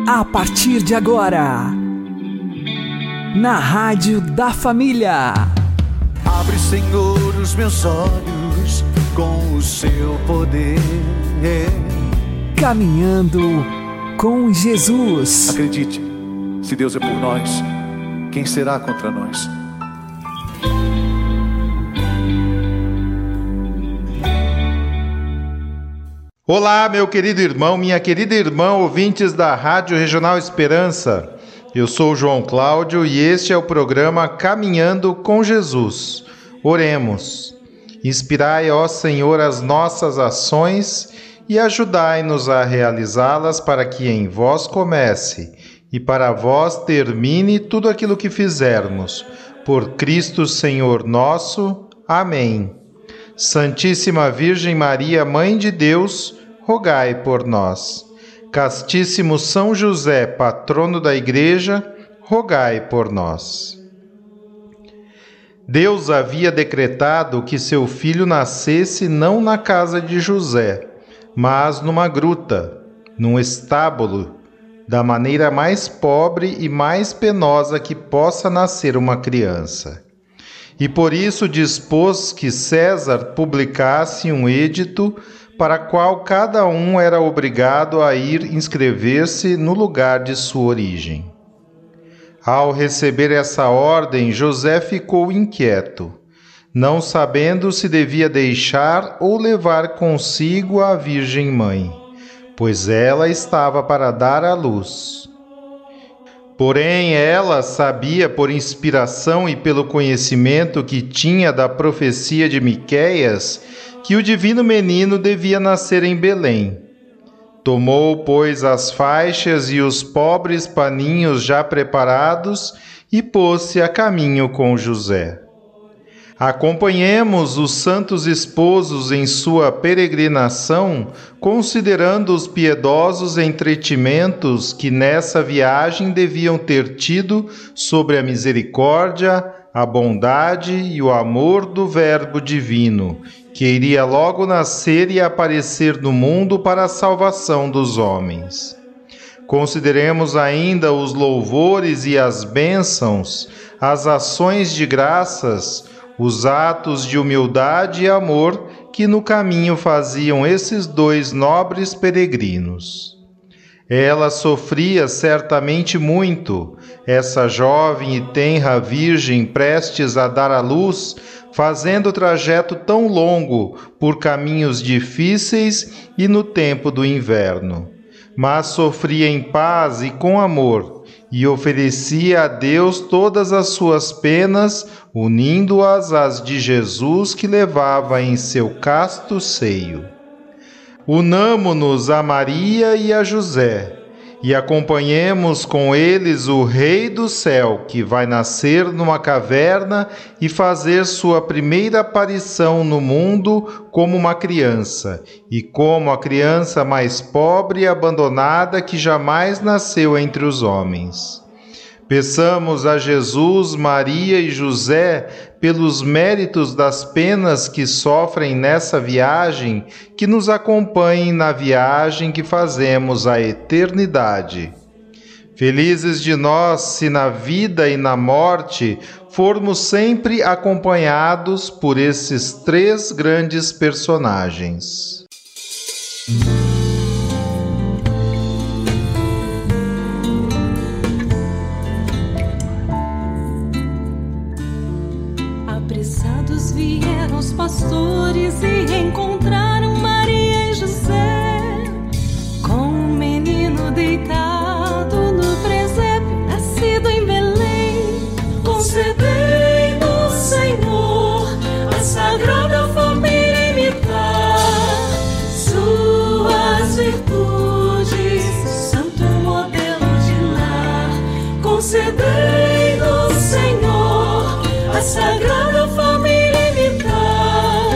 A partir de agora, na Rádio da Família. Abre, Senhor, os meus olhos com o seu poder. Caminhando com Jesus. Acredite, se Deus é por nós, quem será contra nós? Olá, meu querido irmão, minha querida irmã, ouvintes da Rádio Regional Esperança. Eu sou o João Cláudio e este é o programa Caminhando com Jesus. Oremos. Inspirai, ó Senhor, as nossas ações e ajudai-nos a realizá-las para que em vós comece e para vós termine tudo aquilo que fizermos. Por Cristo Senhor nosso. Amém. Santíssima Virgem Maria, Mãe de Deus, rogai por nós. Castíssimo São José, patrono da Igreja, rogai por nós. Deus havia decretado que seu filho nascesse não na casa de José, mas numa gruta, num estábulo, da maneira mais pobre e mais penosa que possa nascer uma criança. E por isso dispôs que César publicasse um edito para qual cada um era obrigado a ir inscrever-se no lugar de sua origem. Ao receber essa ordem, José ficou inquieto, não sabendo se devia deixar ou levar consigo a Virgem Mãe, pois ela estava para dar à luz. Porém, ela sabia por inspiração e pelo conhecimento que tinha da profecia de Miqueias que o divino menino devia nascer em Belém. Tomou, pois, as faixas e os pobres paninhos já preparados e pôs-se a caminho com José. Acompanhemos os santos esposos em sua peregrinação, considerando os piedosos entretimentos que nessa viagem deviam ter tido sobre a misericórdia, a bondade e o amor do Verbo divino, que iria logo nascer e aparecer no mundo para a salvação dos homens. Consideremos ainda os louvores e as bênçãos, as ações de graças, os atos de humildade e amor que no caminho faziam esses dois nobres peregrinos. Ela sofria certamente muito, essa jovem e tenra virgem prestes a dar à luz, fazendo o trajeto tão longo por caminhos difíceis e no tempo do inverno. Mas sofria em paz e com amor, e oferecia a Deus todas as suas penas, unindo-as às de Jesus que levava em seu casto seio. Unamo-nos a Maria e a José, e acompanhemos com eles o Rei do Céu, que vai nascer numa caverna e fazer sua primeira aparição no mundo como uma criança, e como a criança mais pobre e abandonada que jamais nasceu entre os homens. Peçamos a Jesus, Maria e José, pelos méritos das penas que sofrem nessa viagem, que nos acompanhem na viagem que fazemos à eternidade. Felizes de nós se na vida e na morte formos sempre acompanhados por esses três grandes personagens. Apressados vieram os pastores e encontraram Maria e José com um menino deitado no presépio, nascido em Belém. Concedei-nos, Senhor, a Sagrada Família imitar suas virtudes, santo modelo de lar. Concedei-nos, Senhor, a Sagrada Família imitar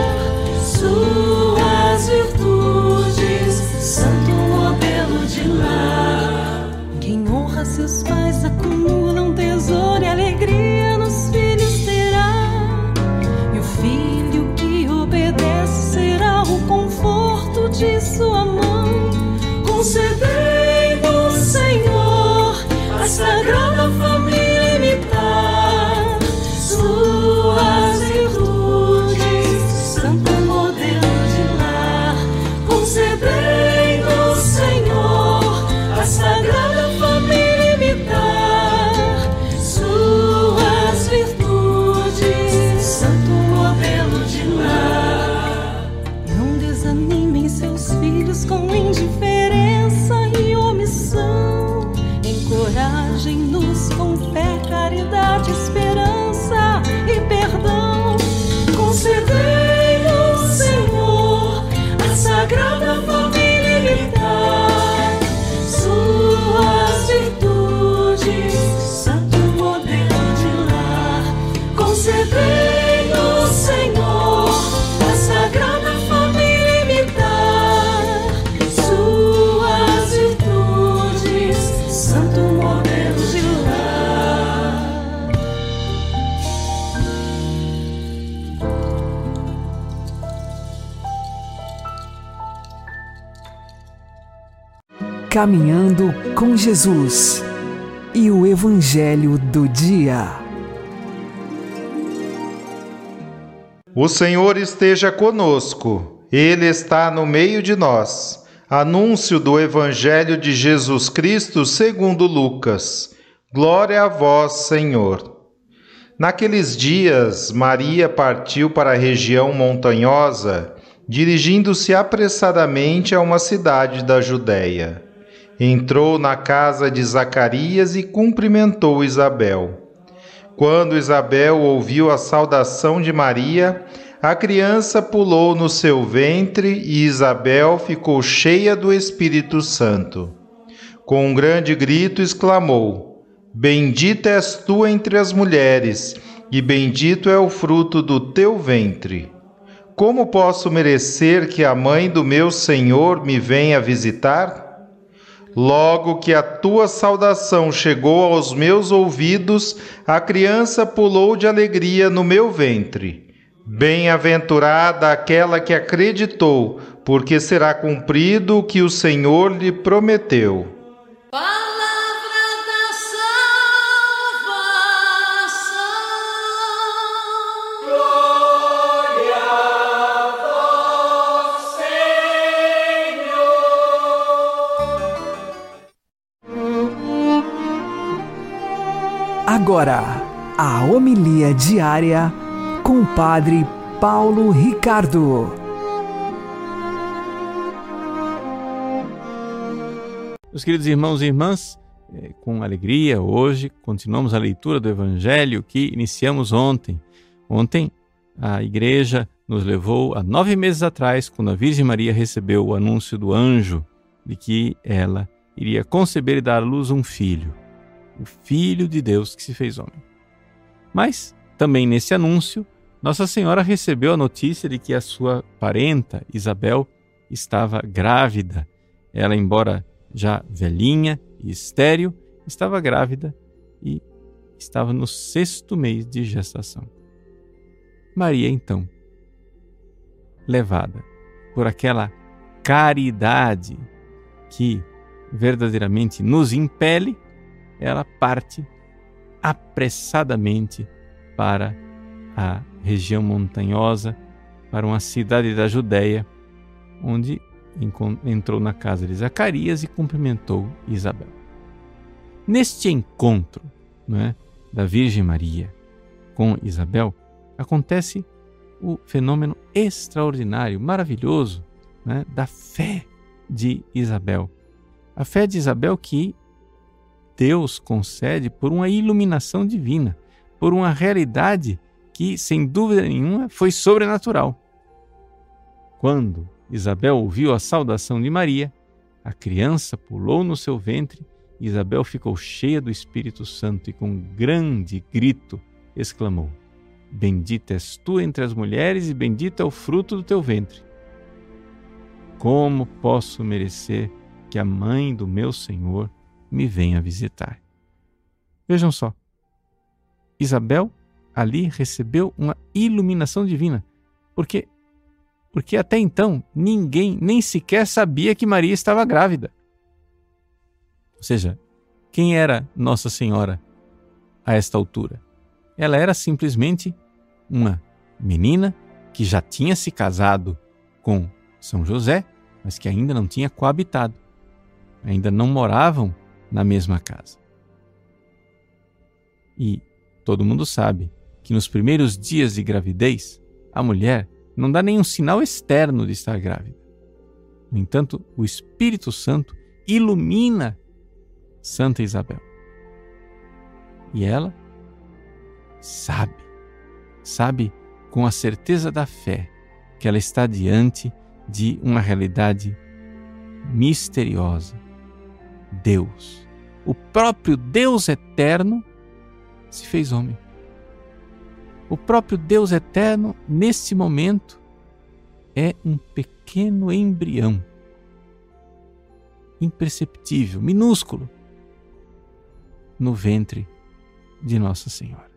suas virtudes, santo modelo de lar. Quem honra seus pais acumula um tesouro e alegria nos filhos terá. E o filho que obedece será o conforto de sua mão. Concedei-nos, Senhor, Caminhando com Jesus e o Evangelho do Dia. O Senhor esteja conosco, Ele está no meio de nós. Anúncio do Evangelho de Jesus Cristo segundo Lucas. Glória a vós, Senhor. Naqueles dias, Maria partiu para a região montanhosa, dirigindo-se apressadamente a uma cidade da Judéia. Entrou na casa de Zacarias e cumprimentou Isabel. Quando Isabel ouviu a saudação de Maria, a criança pulou no seu ventre e Isabel ficou cheia do Espírito Santo. Com um grande grito exclamou: Bendita és tu entre as mulheres, e bendito é o fruto do teu ventre. Como posso merecer que a mãe do meu Senhor me venha visitar? Logo que a tua saudação chegou aos meus ouvidos, a criança pulou de alegria no meu ventre. Bem-aventurada aquela que acreditou, porque será cumprido o que o Senhor lhe prometeu. Agora, a homilia diária com o Padre Paulo Ricardo. Meus queridos irmãos e irmãs, com alegria, hoje continuamos a leitura do Evangelho que iniciamos ontem. Ontem, a Igreja nos levou a 9 meses atrás, quando a Virgem Maria recebeu o anúncio do anjo de que ela iria conceber e dar à luz um filho. O Filho de Deus que se fez homem. Mas, também nesse anúncio, Nossa Senhora recebeu a notícia de que a sua parenta, Isabel, estava grávida. Ela, embora já velhinha e estéril, estava grávida e estava no 6º mês de gestação. Maria, então, levada por aquela caridade que verdadeiramente nos impele, ela parte apressadamente para a região montanhosa, para uma cidade da Judéia, onde entrou na casa de Zacarias e cumprimentou Isabel. Neste encontro, da Virgem Maria com Isabel, acontece o fenômeno extraordinário, maravilhoso, da fé de Isabel. A fé de Isabel que Deus concede por uma iluminação divina, por uma realidade que, sem dúvida nenhuma, foi sobrenatural. Quando Isabel ouviu a saudação de Maria, a criança pulou no seu ventre e Isabel ficou cheia do Espírito Santo e, com um grande grito, exclamou: Bendita és tu entre as mulheres e bendito é o fruto do teu ventre. Como posso merecer que a mãe do meu Senhor me venha visitar? Vejam só, Isabel ali recebeu uma iluminação divina, porque até então ninguém nem sequer sabia que Maria estava grávida. Ou seja, quem era Nossa Senhora a esta altura? Ela era simplesmente uma menina que já tinha se casado com São José, mas que ainda não tinha coabitado, ainda não moravam na mesma casa. E todo mundo sabe que nos primeiros dias de gravidez, a mulher não dá nenhum sinal externo de estar grávida. No entanto, o Espírito Santo ilumina Santa Isabel. E ela sabe com a certeza da fé que ela está diante de uma realidade misteriosa. Deus, o próprio Deus eterno, se fez homem. O próprio Deus eterno, nesse momento, é um pequeno embrião, imperceptível, minúsculo, no ventre de Nossa Senhora.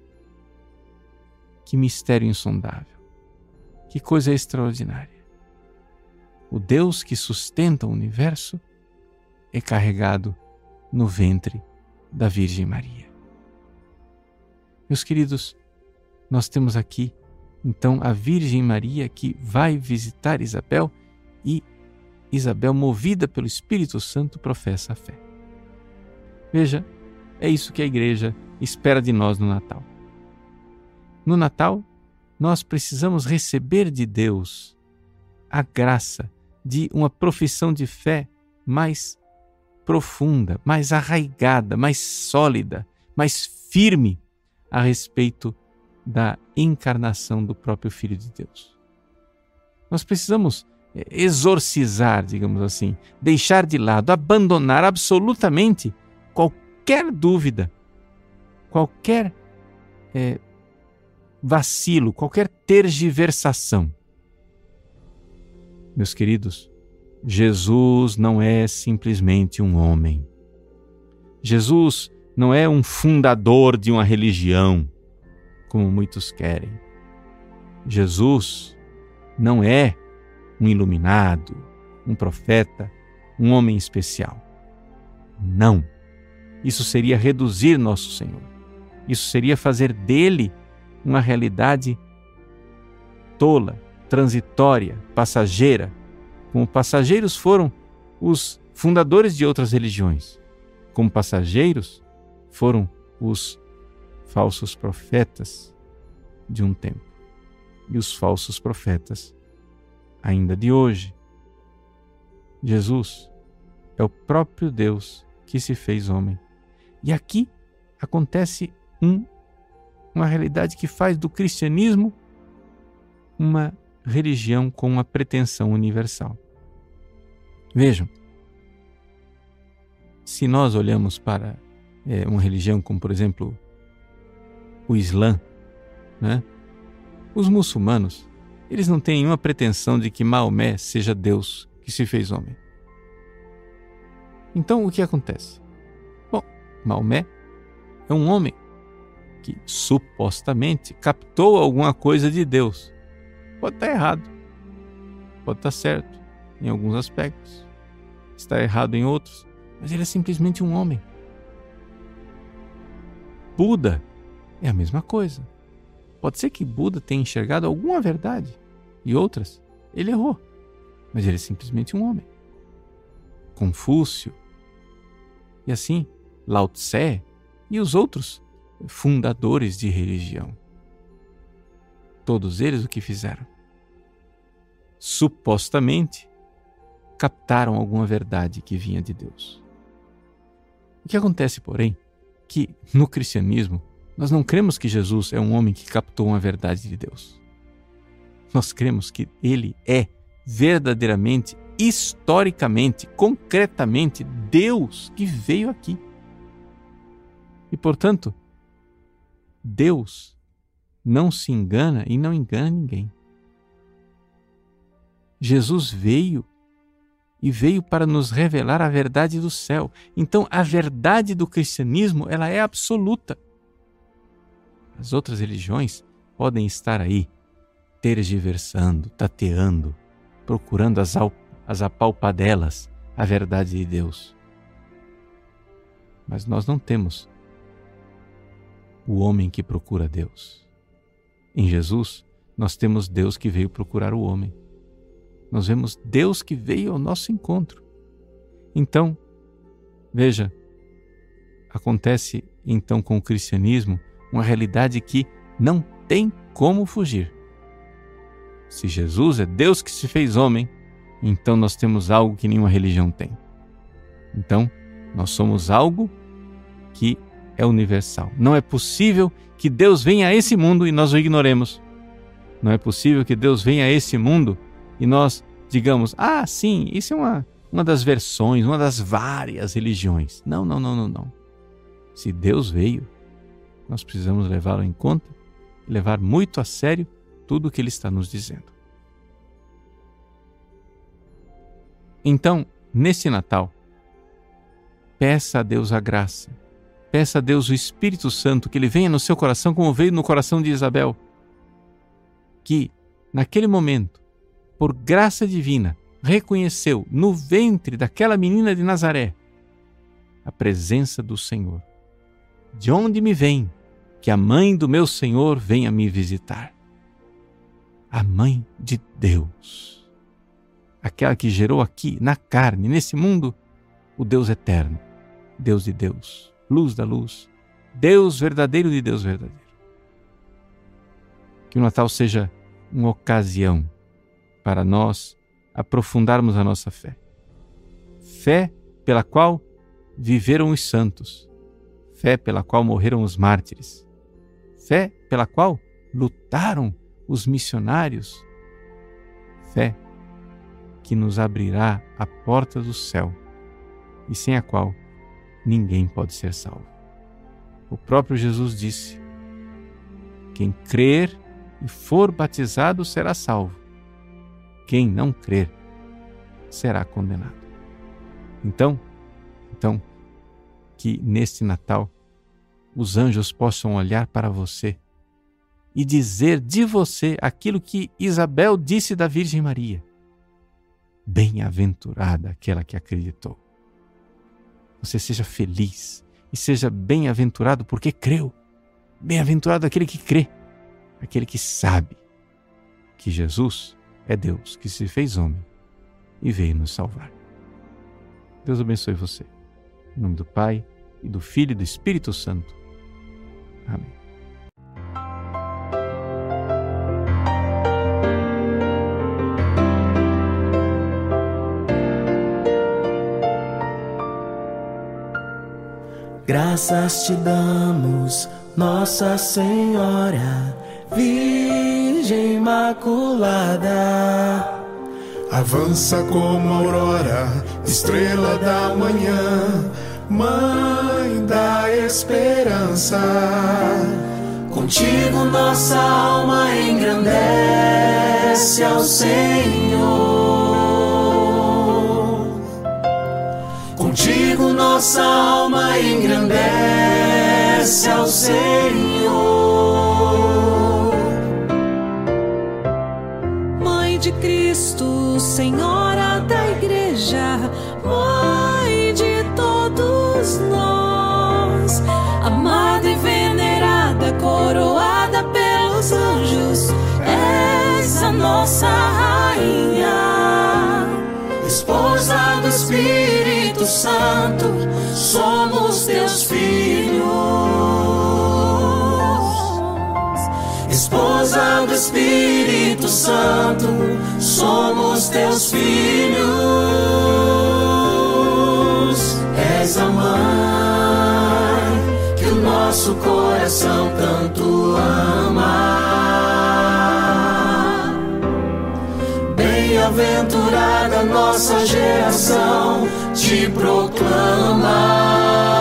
Que mistério insondável, que coisa extraordinária. O Deus que sustenta o universo é carregado no ventre da Virgem Maria. Meus queridos, nós temos aqui, então, a Virgem Maria que vai visitar Isabel e Isabel, movida pelo Espírito Santo, professa a fé. Veja, é isso que a Igreja espera de nós no Natal. No Natal, nós precisamos receber de Deus a graça de uma profissão de fé mais profunda, mais arraigada, mais sólida, mais firme a respeito da encarnação do próprio Filho de Deus. Nós precisamos exorcizar, digamos assim, deixar de lado, abandonar absolutamente qualquer dúvida, qualquer vacilo, qualquer tergiversação. Meus queridos, Jesus não é simplesmente um homem. Jesus não é um fundador de uma religião, como muitos querem. Jesus não é um iluminado, um profeta, um homem especial. Não. Isso seria reduzir nosso Senhor. Isso seria fazer dele uma realidade tola, transitória, passageira, como passageiros foram os fundadores de outras religiões. Como passageiros foram os falsos profetas de um tempo e os falsos profetas ainda de hoje. Jesus é o próprio Deus que se fez homem. E aqui acontece uma realidade que faz do cristianismo uma religião com uma pretensão universal. Vejam, se nós olhamos para uma religião como, por exemplo, o Islã, né? Os muçulmanos, eles não têm nenhuma pretensão de que Maomé seja Deus que se fez homem. Então, o que acontece? Bom, Maomé é um homem que supostamente captou alguma coisa de Deus. Pode estar errado, pode estar certo em alguns aspectos, está errado em outros, mas ele é simplesmente um homem. Buda é a mesma coisa. Pode ser que Buda tenha enxergado alguma verdade e outras ele errou, mas ele é simplesmente um homem. Confúcio e assim Lao Tse e os outros fundadores de religião. Todos eles o que fizeram? Supostamente captaram alguma verdade que vinha de Deus. O que acontece, porém, que no cristianismo nós não cremos que Jesus é um homem que captou uma verdade de Deus. Nós cremos que ele é verdadeiramente, historicamente, concretamente Deus que veio aqui. E, portanto, Deus não se engana e não engana ninguém. Jesus veio e veio para nos revelar a verdade do céu. Então, a verdade do cristianismo, ela é absoluta. As outras religiões podem estar aí, tergiversando, tateando, procurando as apalpadelas, a verdade de Deus. Mas nós não temos o homem que procura Deus. Em Jesus, nós temos Deus que veio procurar o homem. Nós vemos Deus que veio ao nosso encontro. Então, veja, acontece então com o cristianismo uma realidade que não tem como fugir. Se Jesus é Deus que se fez homem, então nós temos algo que nenhuma religião tem. Então, nós somos algo que é universal. Não é possível que Deus venha a esse mundo e nós o ignoremos. Não é possível que Deus venha a esse mundo e nós digamos, sim, isso é uma das versões, uma das várias religiões. Não. Se Deus veio, nós precisamos levá-lo em conta e levar muito a sério tudo o que Ele está nos dizendo. Então, nesse Natal, peça a Deus a graça, peça a Deus o Espírito Santo, que Ele venha no seu coração como veio no coração de Isabel, que, naquele momento, por graça divina, reconheceu no ventre daquela menina de Nazaré a presença do Senhor. De onde me vem que a mãe do meu Senhor venha me visitar? A mãe de Deus, aquela que gerou aqui, na carne, nesse mundo, o Deus eterno, Deus de Deus, luz da luz, Deus verdadeiro de Deus verdadeiro. Que o Natal seja uma ocasião para nós aprofundarmos a nossa fé. Fé pela qual viveram os santos, fé pela qual morreram os mártires, fé pela qual lutaram os missionários, fé que nos abrirá a porta do céu e sem a qual ninguém pode ser salvo. O próprio Jesus disse: quem crer e for batizado será salvo, quem não crer será condenado. Então, que neste Natal os anjos possam olhar para você e dizer de você aquilo que Isabel disse da Virgem Maria: bem-aventurada aquela que acreditou. Você seja feliz e seja bem-aventurado porque creu. Bem-aventurado aquele que crê, aquele que sabe que Jesus é Deus que se fez homem e veio nos salvar. Deus abençoe você. Em nome do Pai, e do Filho e do Espírito Santo. Amém. Graças te damos, Nossa Senhora, Virgem Imaculada. Avança como a aurora, estrela da manhã, Mãe da esperança. Contigo nossa alma engrandece ao Senhor. Contigo nossa alma engrandece ao Senhor. Mãe de Cristo, Senhora da Igreja, Mãe de todos nós, amada e venerada, coroada pelos anjos, és a nossa rainha. Esposa do Espírito Santo, somos teus filhos. Esposa do Espírito Santo, somos teus filhos. És a mãe que o nosso coração tanto ama. Bem-aventurada nossa geração te proclama.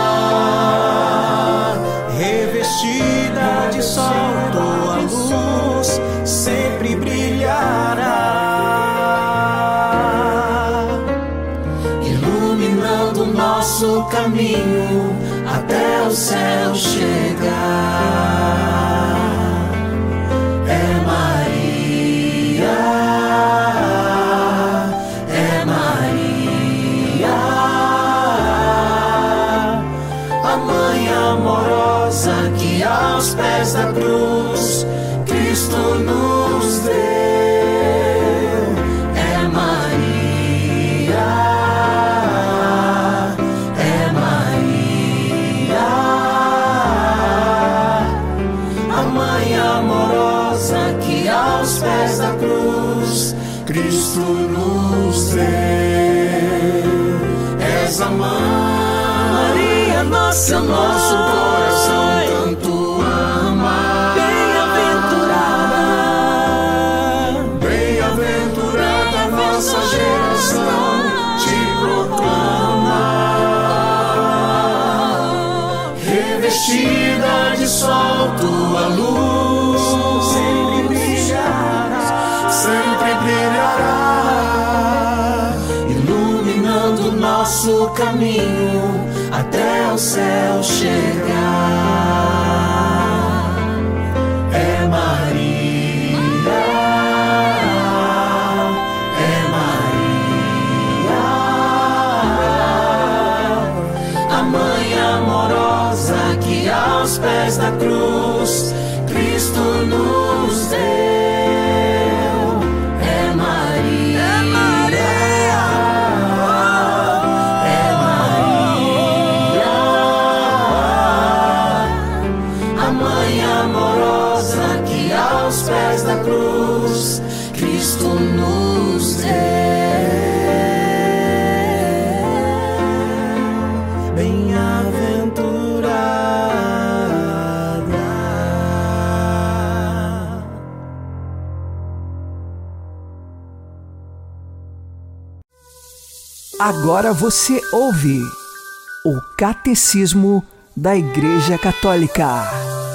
Revestida de sol, tua luz sempre brilhará, iluminando o nosso caminho até o céu chegar. É Maria, é Maria, a mãe amorosa que aos pés da cruz Cristo nos deu. É Maria, é Maria, a mãe amorosa que aos pés da cruz Cristo nos deu. És a mãe, Maria, nossa, que o nosso coração tanto ama. Bem-aventurada nossa geração te proclama. Revestida de sol, tua luz sempre brilhará, iluminando o nosso caminho até o céu chegar. É Maria, é Maria, a mãe amorosa que aos pés da cruz Cristo nos deu. É Maria, é Maria, é Maria, a mãe amorosa que aos pés da cruz Cristo nos deu. Agora você ouve o Catecismo da Igreja Católica.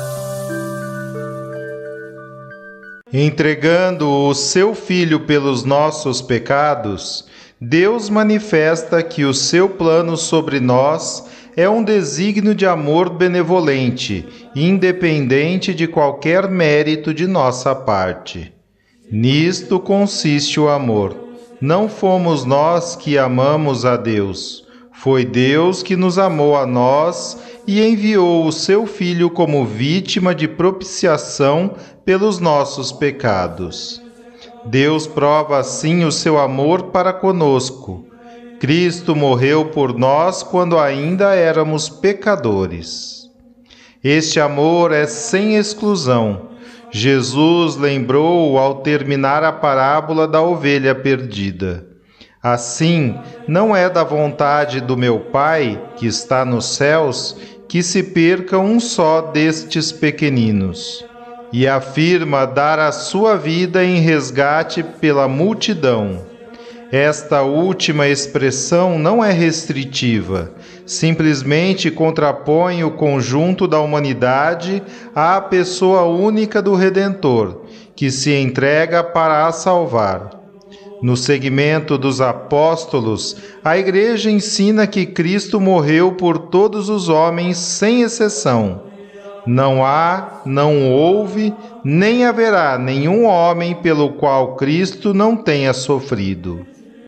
Entregando o seu Filho pelos nossos pecados, Deus manifesta que o seu plano sobre nós é um desígnio de amor benevolente, independente de qualquer mérito de nossa parte. Nisto consiste o amor. Não fomos nós que amamos a Deus. Foi Deus que nos amou a nós e enviou o seu Filho como vítima de propiciação pelos nossos pecados. Deus prova assim o seu amor para conosco. Cristo morreu por nós quando ainda éramos pecadores. Este amor é sem exclusão. Jesus lembrou ao terminar a parábola da ovelha perdida. Assim, não é da vontade do meu Pai, que está nos céus, que se perca um só destes pequeninos. E afirma dar a sua vida em resgate pela multidão. Esta última expressão não é restritiva, simplesmente contrapõe o conjunto da humanidade à pessoa única do Redentor, que se entrega para a salvar. No segmento dos apóstolos, a Igreja ensina que Cristo morreu por todos os homens sem exceção. Não há, não houve, nem haverá nenhum homem pelo qual Cristo não tenha sofrido.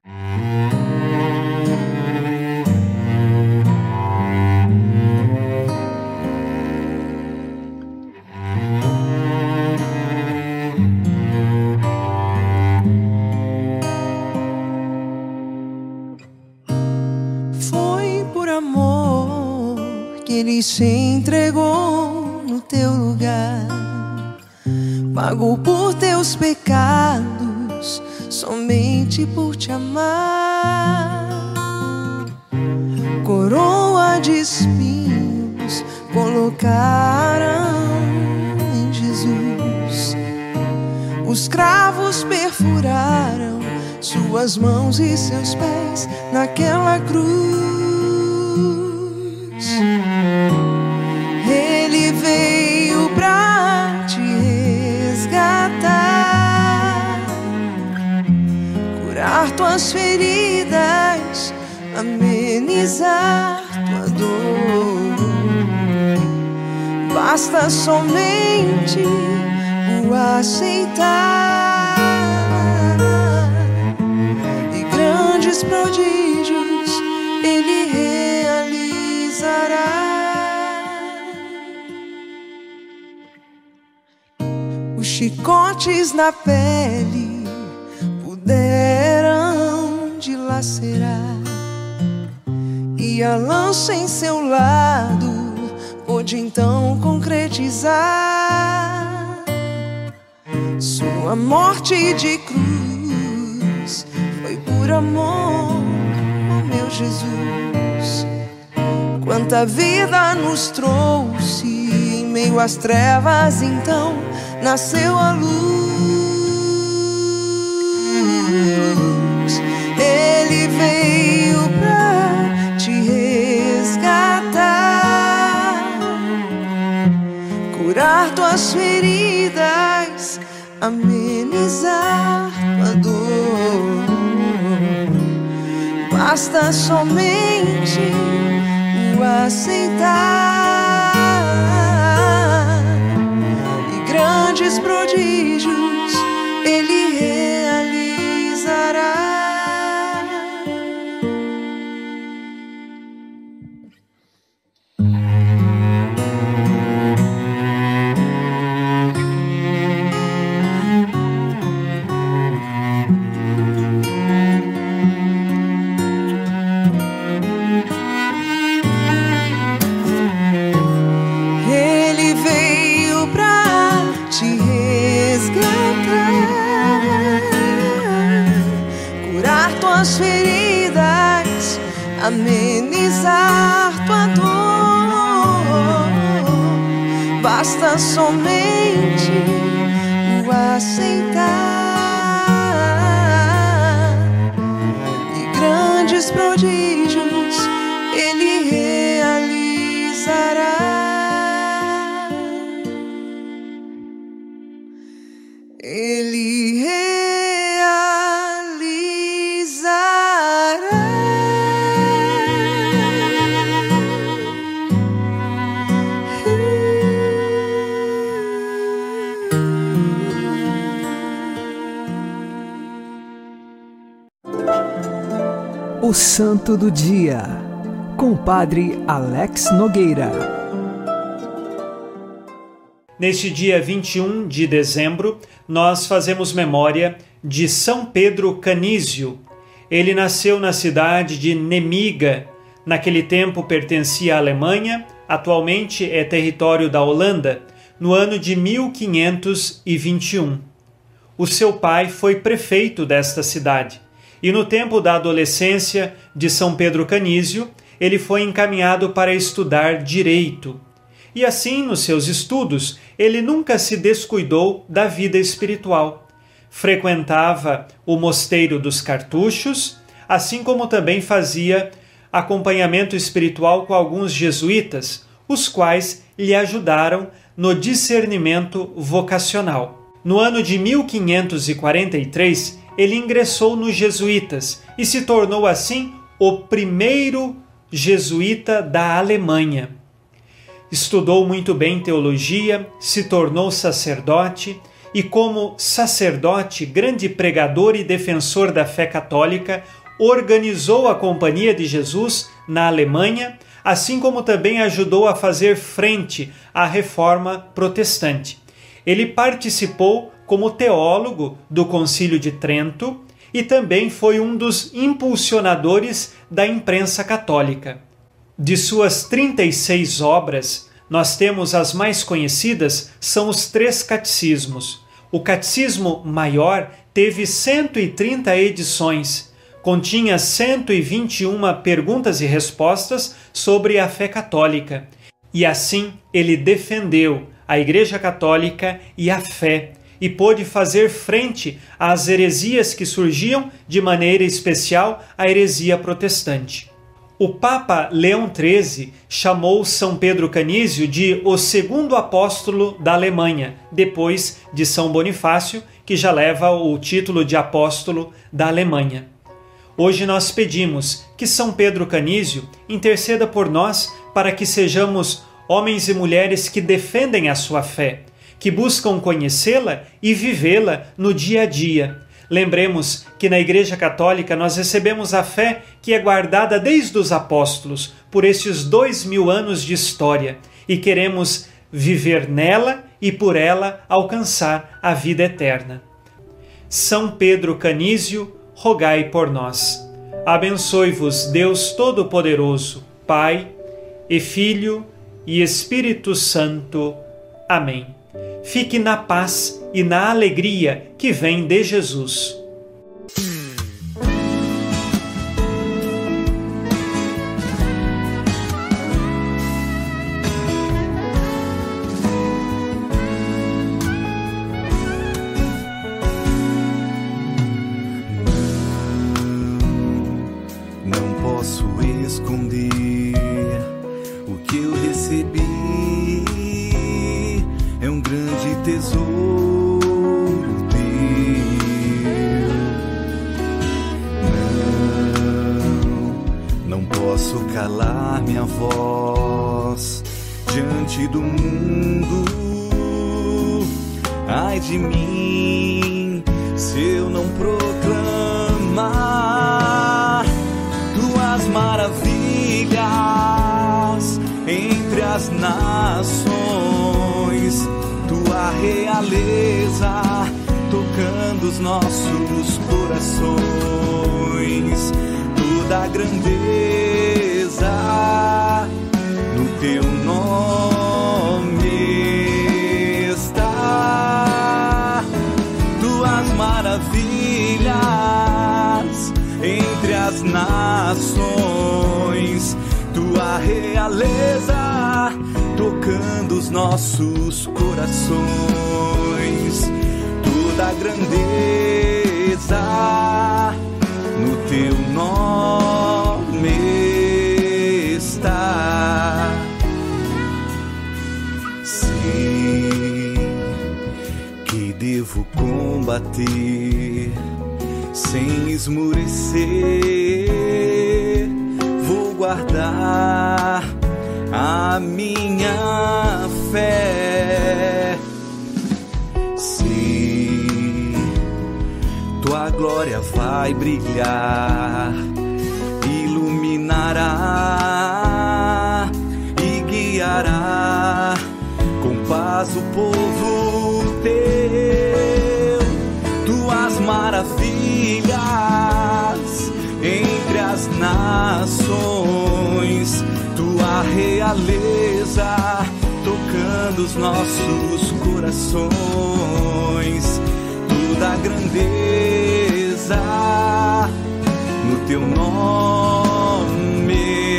Ele se entregou no teu lugar, pagou por teus pecados, somente por te amar. Coroa de espinhos colocaram em Jesus, os cravos perfuraram suas mãos e seus pés naquela cruz. Ele veio pra te resgatar, curar tuas feridas, amenizar tua dor. Basta somente o aceitar, e grandes prodígios Ele realizará. Os chicotes na pele puderam dilacerar, e a lança em seu lado pôde então concretizar. Sua morte de cruz foi por amor, oh meu Jesus. Quanta vida nos trouxe em meio às trevas, então nasceu a luz. Ele veio pra te resgatar, curar tuas feridas, amenizar tua dor. Basta somente o aceitar, e grandes prodígios Ele realizará. amenizar tua dor. Basta somente o aceitar, e grandes prodígios Ele realizará. Ele realizará. O Santo do Dia, com o Padre Alex Nogueira. Neste dia 21 de dezembro, nós fazemos memória de São Pedro Canísio. Ele nasceu na cidade de Nemiga. Naquele tempo pertencia à Alemanha, atualmente é território da Holanda, no ano de 1521. O seu pai foi prefeito desta cidade, e no tempo da adolescência de São Pedro Canísio, ele foi encaminhado para estudar direito. E assim, nos seus estudos, ele nunca se descuidou da vida espiritual. Frequentava o Mosteiro dos Cartuchos, assim como também fazia acompanhamento espiritual com alguns jesuítas, os quais lhe ajudaram no discernimento vocacional. No ano de 1543, ele ingressou nos jesuítas e se tornou assim o primeiro jesuíta da Alemanha. Estudou muito bem teologia, se tornou sacerdote e, como sacerdote, grande pregador e defensor da fé católica, organizou a Companhia de Jesus na Alemanha, assim como também ajudou a fazer frente à Reforma Protestante. Ele participou como teólogo do Concílio de Trento e também foi um dos impulsionadores da imprensa católica. De suas 36 obras, nós temos as mais conhecidas, são os 3 catecismos. O Catecismo Maior teve 130 edições, continha 121 perguntas e respostas sobre a fé católica. E assim ele defendeu a Igreja Católica e a fé, e pôde fazer frente às heresias que surgiam, de maneira especial a heresia protestante. O Papa Leão XIII chamou São Pedro Canísio de o segundo apóstolo da Alemanha, depois de São Bonifácio, que já leva o título de apóstolo da Alemanha. Hoje nós pedimos que São Pedro Canísio interceda por nós para que sejamos homens e mulheres que defendem a sua fé, que buscam conhecê-la e vivê-la no dia a dia. Lembremos que na Igreja Católica nós recebemos a fé que é guardada desde os apóstolos, por estes 2000 anos de história, e queremos viver nela e por ela alcançar a vida eterna. São Pedro Canísio, rogai por nós. Abençoe-vos Deus Todo-Poderoso, Pai e Filho e Espírito Santo. Amém. Fique na paz e na alegria que vem de Jesus. Não posso esconder o que eu recebi. É um grande tesouro teu. Não posso calar minha voz diante do mundo. Ai de mim, se eu não proclamar tuas maravilhas entre as nações, tua realeza tocando os nossos corações, toda a grandeza no teu nome está, tuas maravilhas entre as nações, realeza tocando os nossos corações. Toda a grandeza no teu nome está. Sei que devo combater sem esmurecer. Vou guardar a minha fé. Se tua glória vai brilhar, iluminará e guiará com paz o povo teu. Tuas maravilhas entre as nações, tua realeza tocando os nossos corações. Toda a grandeza no teu nome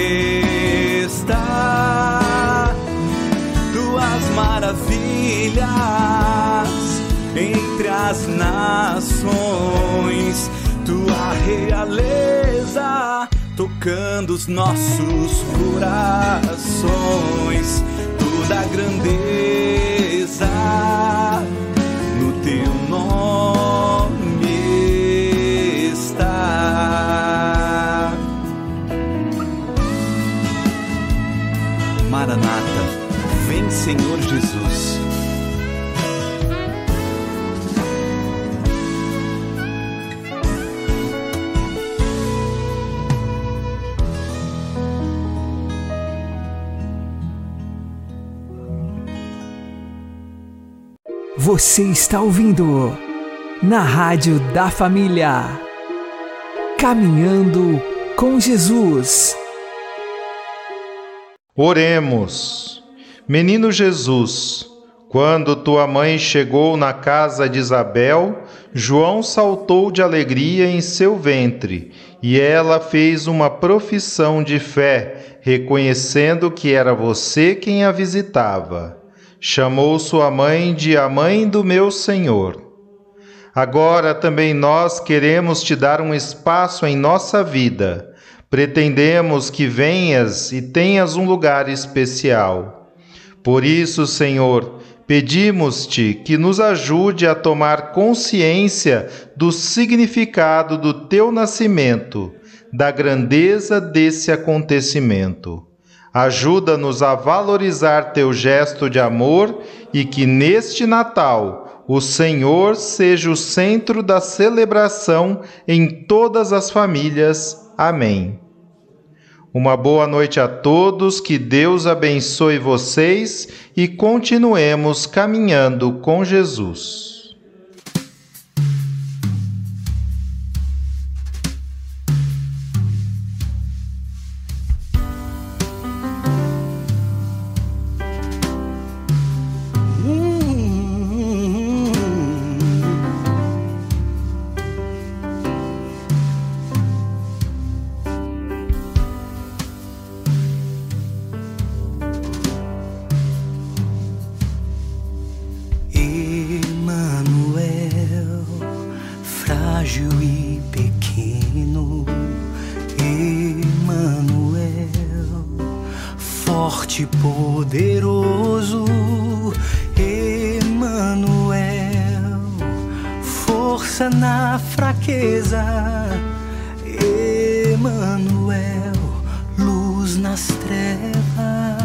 está. Tuas maravilhas entre as nações, tua realeza tocando os nossos corações. Toda a grandeza no teu nome está. Maranata, vem Senhor Jesus. Você está ouvindo na Rádio da Família, Caminhando com Jesus. Oremos. Menino Jesus, quando tua mãe chegou na casa de Isabel, João saltou de alegria em seu ventre, e ela fez uma profissão de fé, reconhecendo que era você quem a visitava. Chamou sua mãe de a mãe do meu Senhor. Agora também nós queremos te dar um espaço em nossa vida. Pretendemos que venhas e tenhas um lugar especial. Por isso, Senhor, pedimos-te que nos ajude a tomar consciência do significado do teu nascimento, da grandeza desse acontecimento. Ajuda-nos a valorizar teu gesto de amor e que neste Natal o Senhor seja o centro da celebração em todas as famílias. Amém. Uma boa noite a todos, que Deus abençoe vocês e continuemos caminhando com Jesus. Frágil e pequeno, Emanuel, forte e poderoso, Emanuel, força na fraqueza, Emanuel, luz nas trevas.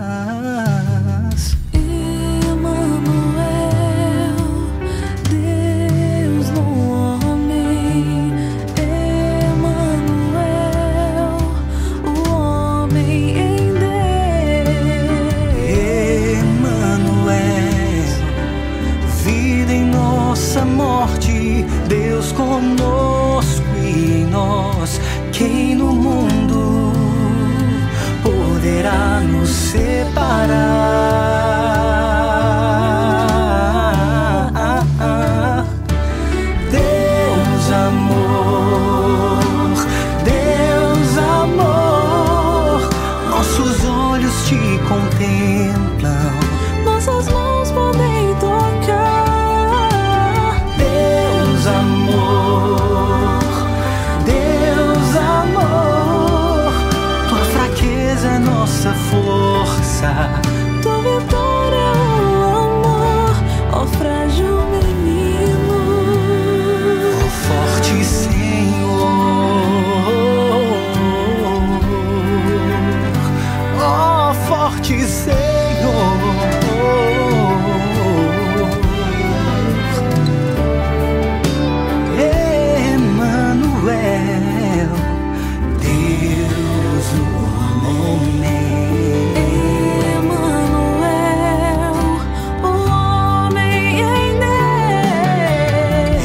Deus conosco e nós, quem no mundo poderá nos separar? Deus amor, Deus amor, nossos olhos olhos te contemplam, nossas mãos podem tocar. Deus amor, Deus amor, tua fraqueza é nossa força, tua vitória é o amor, ó frágil menino, ó forte Senhor, ó forte Senhor. Emmanuel, Deus no homem. Emmanuel, o homem em Deus.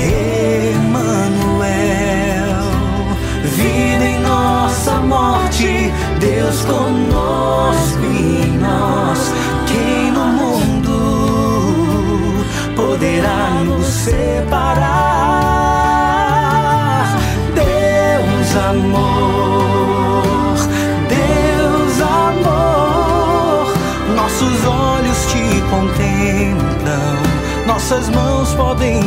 Emmanuel, vida em nossa morte, Deus conosco e nós. Quem no mundo poderá nos separar? Deus amor, Deus amor, nossos olhos te contemplam, nossas mãos podem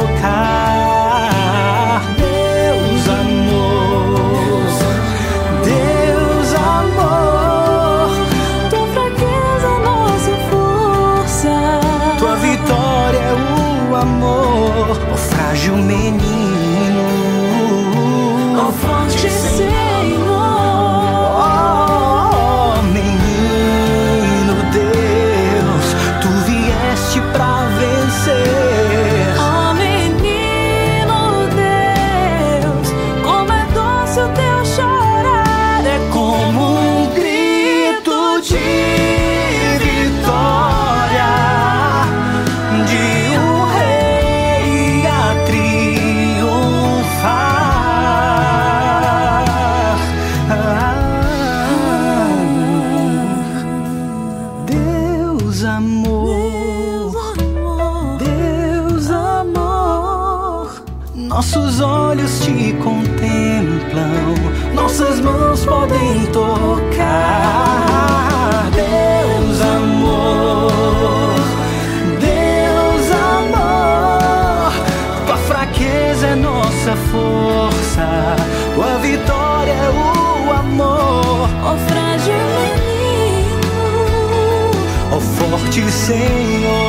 tocar. Deus amor, Deus amor, Tua fraqueza é nossa força, tua vitória é o amor, ó frágil menino, ó forte Senhor, ó menino Deus, tu vieste pra vencer. ó menino Deus, como é doce o teu chorar, é Como um grito de vitória de um rei a triunfar. Deus amor, Deus amor, nossos olhos te contemplam, nossas mãos podem tocar. Deus amor, Deus amor, tua fraqueza é nossa força, tua vitória é o amor, ó frágil menino, ó forte Senhor.